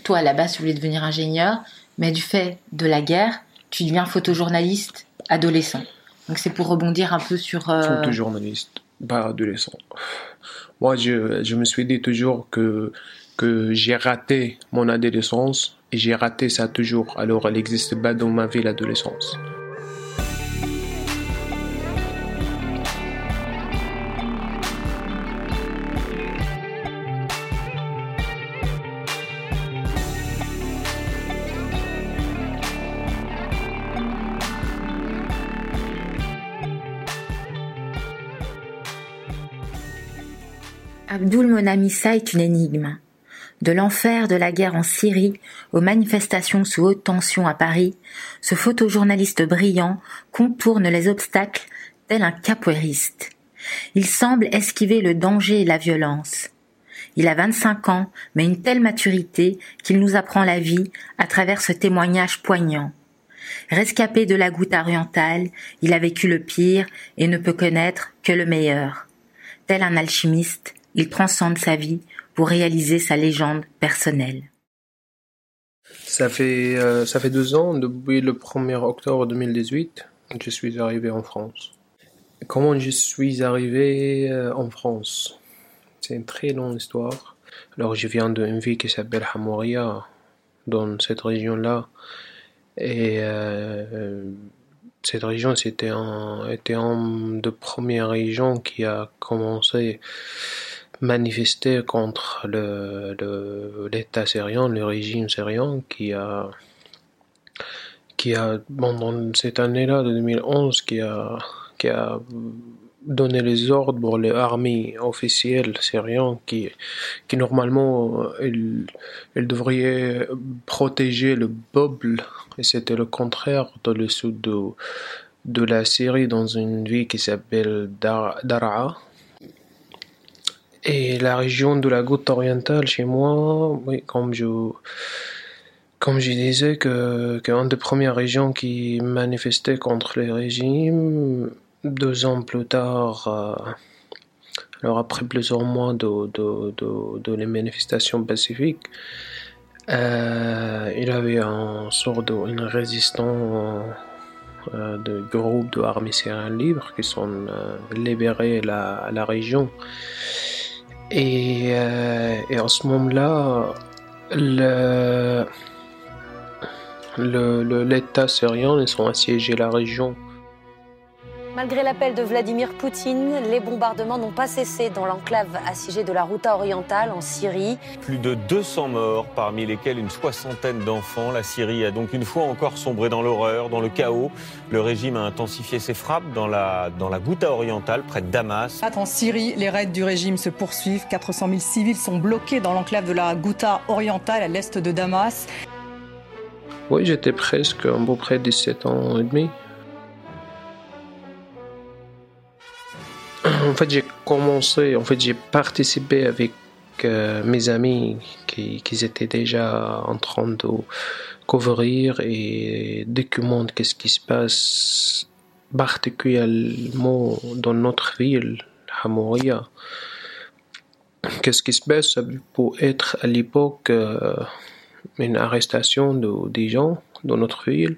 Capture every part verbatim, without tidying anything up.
toi, à la base, tu voulais devenir ingénieur, mais du fait de la guerre, tu deviens photojournaliste adolescent. Donc c'est pour rebondir un peu sur... Euh... Photojournaliste, pas adolescent. Moi, je, je me suis dit toujours que, que j'ai raté mon adolescence et j'ai raté ça toujours. Alors, elle n'existe pas dans ma vie, l'adolescence. Abdul Monam Issa est une énigme. De l'enfer de la guerre en Syrie aux manifestations sous haute tension à Paris, ce photojournaliste brillant contourne les obstacles tel un capoeiriste. Il semble esquiver le danger et la violence. Il a vingt-cinq ans, mais une telle maturité qu'il nous apprend la vie à travers ce témoignage poignant. Rescapé de la Ghouta orientale, il a vécu le pire et ne peut connaître que le meilleur. Tel un alchimiste, il transcende sa vie pour réaliser sa légende personnelle. Ça fait, euh, ça fait deux ans, depuis le premier octobre deux mille dix-huit, que je suis arrivé en France. Comment je suis arrivé euh, en France? C'est une très longue histoire. Alors, je viens d'une ville qui s'appelle Hamouria, dans cette région-là. Et euh, cette région, c'était un, était une des premières régions qui a commencé manifester contre le, le, l'État syrien, le régime syrien qui a, qui a, pendant cette année-là de deux mille onze, qui a, qui a donné les ordres pour les armées officielles syriennes qui, qui normalement, elles, elles devraient protéger le peuple, et c'était le contraire dans le sud de, de la Syrie, dans une ville qui s'appelle Dar, Daraa. Et la région de la Ghouta orientale, chez moi, oui, comme je, comme je disais, que, qu'une des premières régions qui manifestait contre les régimes, deux ans plus tard, euh, alors après plusieurs mois de, de, de, de les manifestations pacifiques, euh, il y avait un sort de, une résistance euh, de groupes de armées syriennes libres qui sont euh, libérés la, la région. Et, euh, et en ce moment-là, le, le, le, l'État syrien, ils ont assiégé la région. Malgré l'appel de Vladimir Poutine, les bombardements n'ont pas cessé dans l'enclave assiégée de la Ghouta orientale en Syrie. Plus de deux cents morts, parmi lesquels une soixantaine d'enfants. La Syrie a donc une fois encore sombré dans l'horreur, dans le chaos. Le régime a intensifié ses frappes dans la, dans la Ghouta orientale, près de Damas. En Syrie, les raids du régime se poursuivent. quatre cent mille civils sont bloqués dans l'enclave de la Ghouta orientale, à l'est de Damas. Oui, j'étais presque à peu près dix-sept ans et demi. En fait, j'ai commencé, en fait, j'ai participé avec euh, mes amis qui, qui étaient déjà en train de couvrir et documenter qu'est-ce qui se passe particulièrement dans notre ville, Hamouria. Qu'est-ce qui se passe? Ça peut être à l'époque euh, une arrestation de, des gens dans notre ville,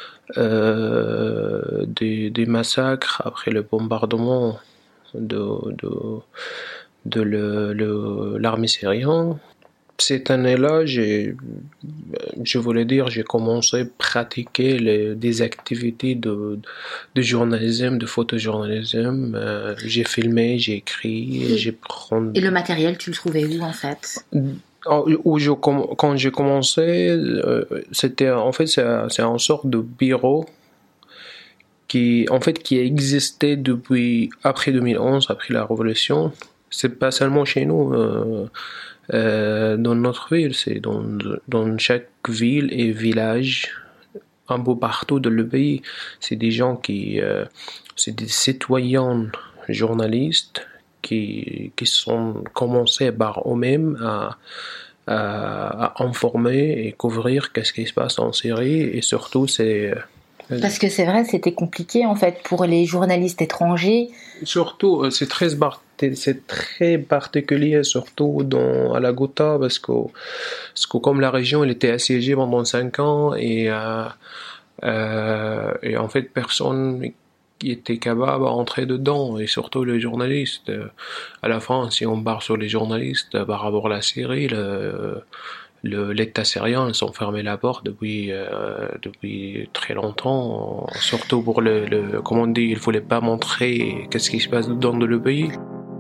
euh, des, des massacres après le bombardement de, de, de le, le, l'armée syrienne. Cette année-là, j'ai, je voulais dire, j'ai commencé à pratiquer les, des activités de, de journalisme, de photojournalisme. Euh, j'ai filmé, j'ai écrit, j'ai pris... Et le matériel, tu le trouvais où en fait? Où je, quand j'ai commencé, c'était en fait c'est, c'est une sorte de bureau qui en fait qui existait depuis après deux mille onze, après la révolution. C'est pas seulement chez nous, euh, euh, dans notre ville, c'est dans dans chaque ville et village, un peu partout dans le pays. C'est des gens qui, euh, c'est des citoyens journalistes qui qui sont commencés par eux-mêmes à à, à informer et couvrir qu'est-ce qui se passe en Syrie, et surtout c'est parce que c'est vrai, c'était compliqué en fait pour les journalistes étrangers. Surtout, c'est très c'était, c'est très particulier, surtout dans, à la Ghouta, parce que, parce que comme la région elle était assiégée pendant cinq ans, et, euh, euh, et en fait, personne qui était capable d'entrer dedans, et surtout les journalistes. À la fin, si on part sur les journalistes, par rapport à la Syrie, le, le, l'État syrien, ils ont fermé la porte depuis, euh, depuis très longtemps, surtout pour le, le, comment on dit, il ne voulait pas montrer qu'est-ce qui se passe dans le pays.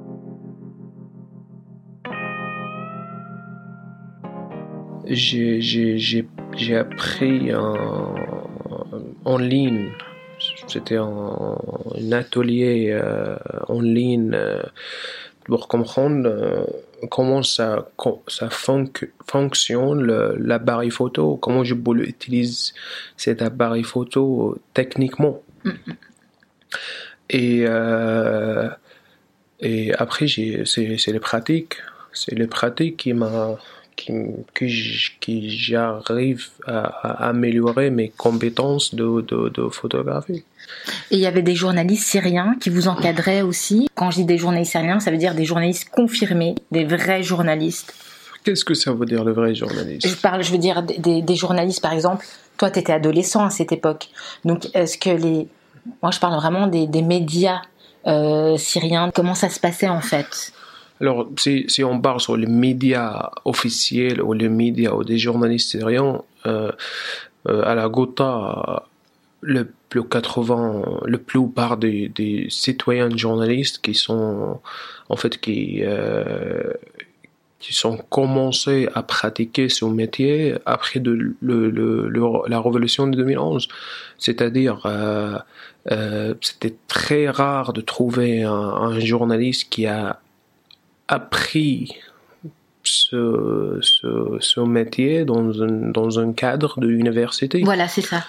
J'ai, j'ai, j'ai, j'ai appris en, en ligne. C'était un, un atelier euh, en ligne euh, pour comprendre euh, comment ça, ça fonc- fonctionne le, l'appareil photo, comment je peux utiliser cet appareil photo techniquement. Mm-hmm. Et, euh, et après, j'ai, c'est, c'est les pratiques. C'est les pratiques qui m'a... Qui, qui, qui j'arrive à, à améliorer mes compétences de, de, de photographie. Et il y avait des journalistes syriens qui vous encadraient aussi. Quand je dis des journalistes syriens, ça veut dire des journalistes confirmés, des vrais journalistes. Qu'est-ce que ça veut dire, le vrai journaliste ? Je parle, je veux dire des, des journalistes, par exemple. Toi, tu étais adolescent à cette époque. Donc, est-ce que les... Moi, je parle vraiment des, des médias euh, syriens. Comment ça se passait, en fait ? Alors, si, si on parle sur les médias officiels ou les médias ou des journalistes syriens, euh, euh, à la Ghouta, le, le quatre-vingts, le plupart des, des citoyens journalistes qui sont, en fait, qui, euh, qui sont commencés à pratiquer ce métier après de, le, le, le, la révolution de deux mille onze. C'est-à-dire, euh, euh, c'était très rare de trouver un, un journaliste qui a appris ce, ce, ce métier dans un, dans un cadre de l'université. Voilà, c'est ça.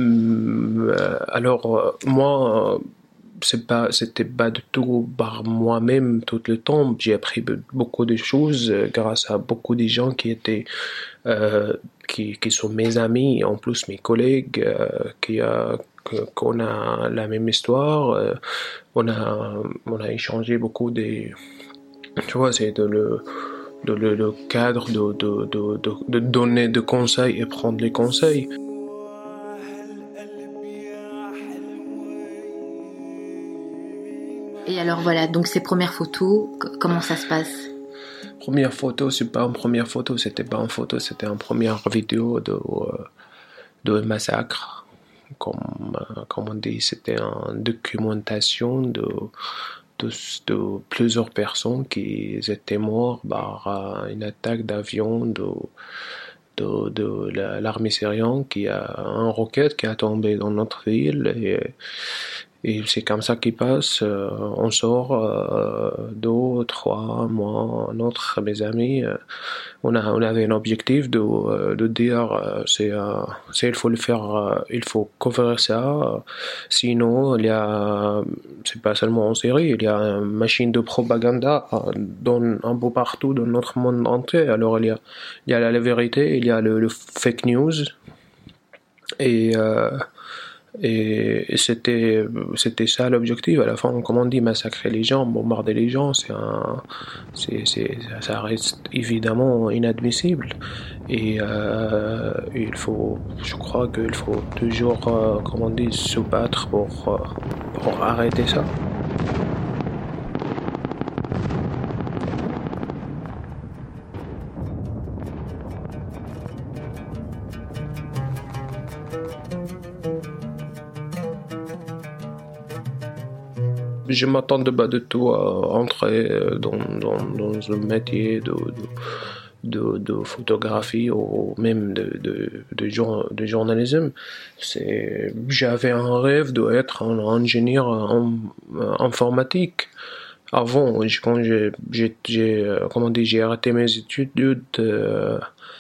Alors, moi, c'est pas, c'était pas du tout par moi-même tout le temps. J'ai appris beaucoup de choses grâce à beaucoup de gens qui étaient, euh, qui, qui sont mes amis, en plus mes collègues, euh, qui a, qu'on a la même histoire. Euh, on a, on a échangé beaucoup des Tu vois, c'est de le, de le, le cadre de, de, de, de, de donner des conseils et prendre les conseils. Et alors voilà, donc ces premières photos, comment ça se passe ? Première photo, c'est pas une première photo, c'était pas une photo, c'était une première vidéo de, de massacre. Comme, comme on dit, c'était une documentation de... De, de plusieurs personnes qui étaient mortes par une attaque d'avion de, de, de la, l'armée syrienne, qui a un roquette qui a tombé dans notre ville, et, et c'est comme ça qu'il passe. Euh, on sort euh, deux, trois mois, notre, mes amis, euh, on, a, on avait un objectif de, euh, de dire euh, c'est, euh, c'est il faut le faire, euh, il faut couvrir ça, euh, sinon il y a, c'est pas seulement en Syrie, il y a une machine de propagande euh, dans, un peu partout dans notre monde entier. Alors il y a, il y a la vérité, il y a le, le fake news, et euh, Et, et c'était, c'était ça l'objectif. À la fin, comme on dit, massacrer les gens, bombarder les gens, c'est un, c'est, c'est, ça reste évidemment inadmissible. Et euh, il faut, je crois qu'il faut toujours, euh, comme on dit, se battre pour, euh, pour arrêter ça. Je m'attendais pas du tout à entrer dans, dans, dans un métier de, de, de, de photographie ou même de, de, de, jour, de journalisme. C'est, j'avais un rêve d'être un ingénieur en, en informatique. Avant, quand j'ai, j'ai, j'ai, comment dire, j'ai arrêté mes études euh,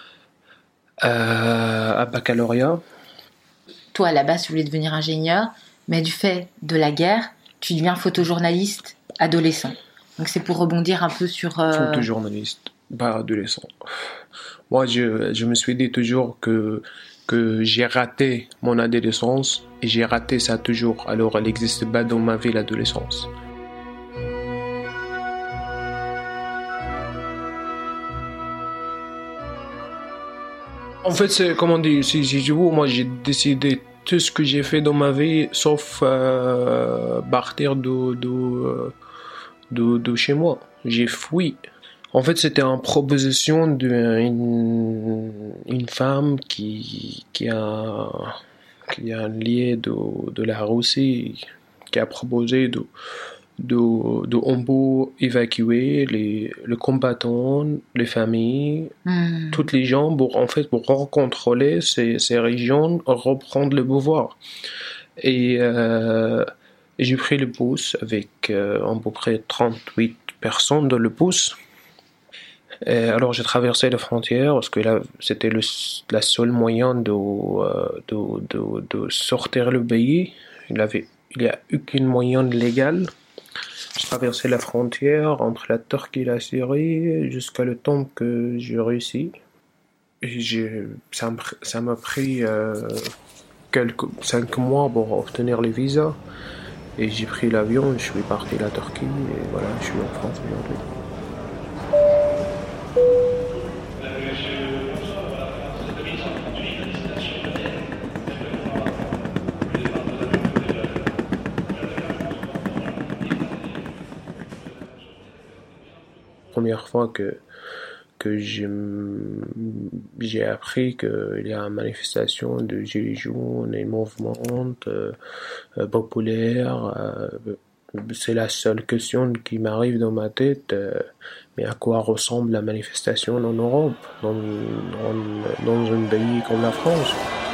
à, à baccalauréat. Toi, à la base, tu voulais devenir ingénieur, mais du fait de la guerre, tu deviens photojournaliste adolescent. Donc c'est pour rebondir un peu sur... Euh... Photojournaliste, pas adolescent. Moi, je, je me suis dit toujours que, que j'ai raté mon adolescence et j'ai raté ça toujours. Alors, elle n'existe pas dans ma vie, l'adolescence. En fait, c'est, comment dire, si, si je vous, moi j'ai décidé tout ce que j'ai fait dans ma vie, sauf euh, partir de, de, de, de chez moi. J'ai fui. En fait, c'était en proposition d'une une femme qui, qui, a, qui a un lien de, de la Russie, qui a proposé de, de, de on peut évacuer les, les combattants, les familles, mmh. toutes les gens pour, en fait, pour recontrôler ces, ces régions, reprendre le pouvoir. Et, euh, et j'ai pris le bus avec euh, à peu près trente-huit personnes dans le bus. Et alors j'ai traversé la frontière parce que là c'était le la seule moyen de, de, de, de sortir le pays. Il avait il y a aucun moyen légal. J'ai traversé la frontière entre la Turquie et la Syrie jusqu'à le temps que j'ai réussi. Et j'ai, ça, m'a, ça m'a pris euh, quelques cinq mois pour obtenir les visas. Et j'ai pris l'avion, je suis parti à la Turquie et voilà, je suis en France aujourd'hui. Première fois que que j'ai, j'ai appris qu'il y a une manifestation de gilets jaunes et mouvement euh, euh, populaire. Euh, c'est la seule question qui m'arrive dans ma tête. Euh, mais à quoi ressemble la manifestation en Europe, dans, dans, dans un pays comme la France?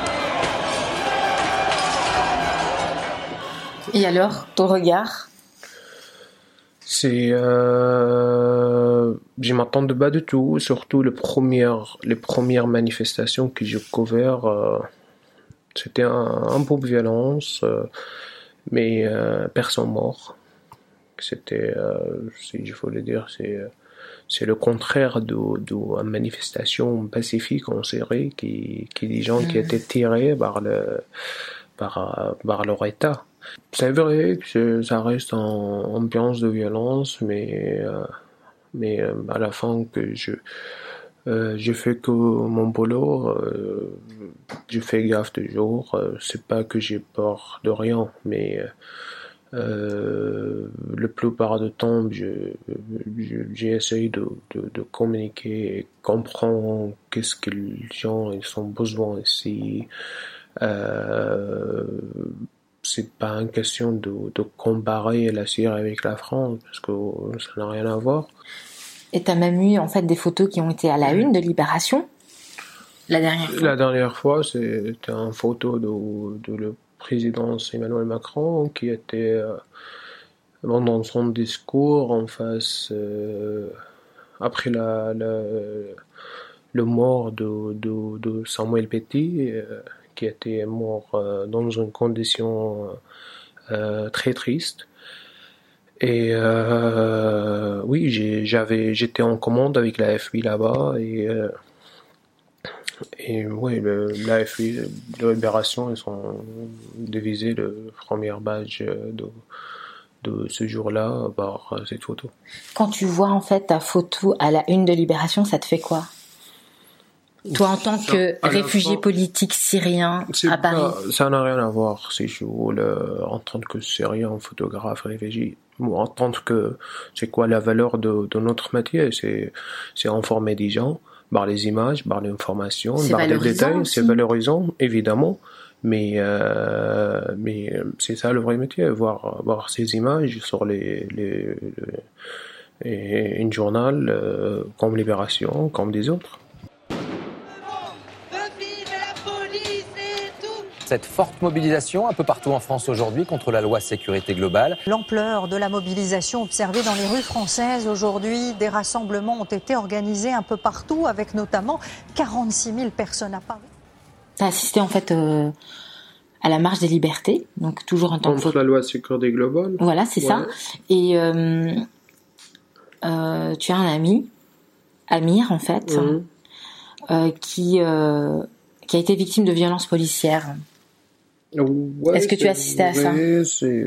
Et alors, ton regard? C'est, euh, je m'attendais pas du tout, surtout les premières, les premières manifestations que j'ai couvertes, euh, c'était un, un peu de violence, euh, mais euh, personne mort. C'était, euh, si je voulais dire, c'est, c'est le contraire de, de une manifestation pacifique en Syrie, qui, qui des gens mmh. qui étaient tirés par le, par, par leur État. C'est vrai que ça reste en ambiance de violence, mais, euh, mais euh, à la fin que je, euh, je fais que mon boulot, euh, je fais gaffe toujours. Euh, c'est pas que j'ai peur de rien, mais euh, la plupart du temps, je, je, j'essaye de, de, de communiquer et comprendre qu'est-ce que les gens ils ont besoin ici. Euh, c'est pas une question de, de comparer la Syrie avec la France, parce que ça n'a rien à voir. Et t'as même eu en fait des photos qui ont été à la une de Libération la dernière fois. La dernière fois, c'était une photo de, de le président Emmanuel Macron qui était euh, dans son discours en face euh, après la, la le mort de, de, de Samuel Paty, euh, qui était mort euh, dans une condition euh, très triste. Et euh, oui, j'ai, j'avais, j'étais en commande avec la F B I là-bas et euh, et oui, le, la F B I, de Libération, ils ont divisé le premier badge de de ce jour-là par cette photo. Quand tu vois en fait ta photo à la une de Libération, ça te fait quoi? Toi, en tant que réfugié fin, politique syrien à Paris. Pas, ça n'a rien à voir si je veux le, en tant que Syrien, photographe, réfugié. En tant que, c'est quoi la valeur de, de notre métier? C'est, c'est informer des gens, par les images, par l'information, par les détails. Aussi. C'est valorisant, évidemment. Mais, euh, mais c'est ça le vrai métier, voir, voir ces images sur les, les, les et une journal, euh, comme Libération, comme des autres. Cette forte mobilisation un peu partout en France aujourd'hui contre la loi sécurité globale. L'ampleur de la mobilisation observée dans les rues françaises aujourd'hui, des rassemblements ont été organisés un peu partout avec notamment quarante-six mille personnes à Paris. Tu as assisté en fait euh, à la marche des libertés, donc toujours en tant que... Contre la loi sécurité globale. Voilà, c'est ouais. ça. Et euh, euh, tu as un ami, Amir en fait, mmh. euh, qui, euh, qui a été victime de violences policières. Ouais, Est-ce que tu as assisté à ça? Oui, c'est...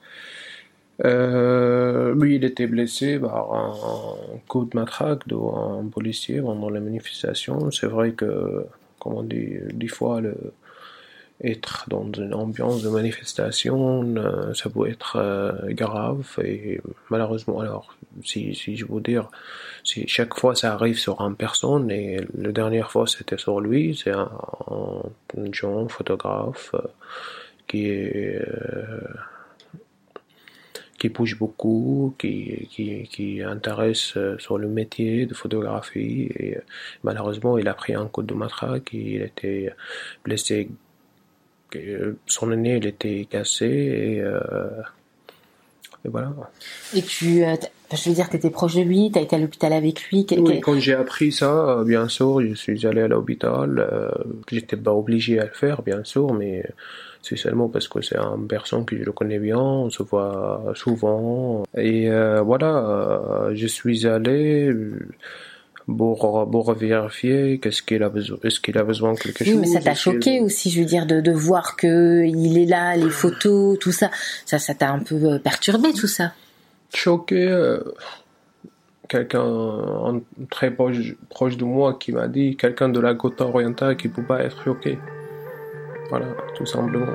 Euh, lui, il était blessé par un coup de matraque d'un policier pendant la manifestation. C'est vrai que comment dire, des fois, le, être dans une ambiance de manifestation, euh, ça peut être euh, grave. Et malheureusement, alors, si, si je veux dire, si chaque fois ça arrive sur une personne, et la dernière fois c'était sur lui, c'est un, un jeune photographe euh, qui est... Euh, qui bouge beaucoup, qui, qui, qui intéresse sur le métier de photographie. Et malheureusement, il a pris un coup de matraque, il était blessé, son nez il était cassé, et, euh, et voilà. Et tu, euh, je veux dire, tu étais proche de lui, tu as été à l'hôpital avec lui. Quel, Oui, quel... quand j'ai appris ça, bien sûr, je suis allé à l'hôpital. Euh, j'étais pas obligé à le faire, bien sûr, mais c'est seulement parce que c'est une personne que je le connais bien, on se voit souvent. Et euh, voilà, euh, je suis allé pour, pour vérifier qu'est-ce qu'il a besoin, est-ce qu'il a besoin de quelque oui, chose. Oui, mais ça t'a choqué aussi, je veux dire, de, de voir que il est là, les photos, tout ça. Ça, ça t'a un peu perturbé, tout ça. Choqué, euh, quelqu'un très proche, proche de moi qui m'a dit, quelqu'un de la Ghouta orientale qui ne peut pas être choqué. Voilà, tout simplement.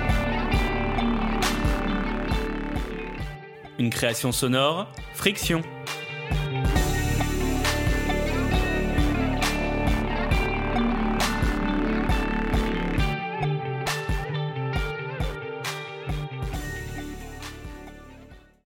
Une création sonore, Friction.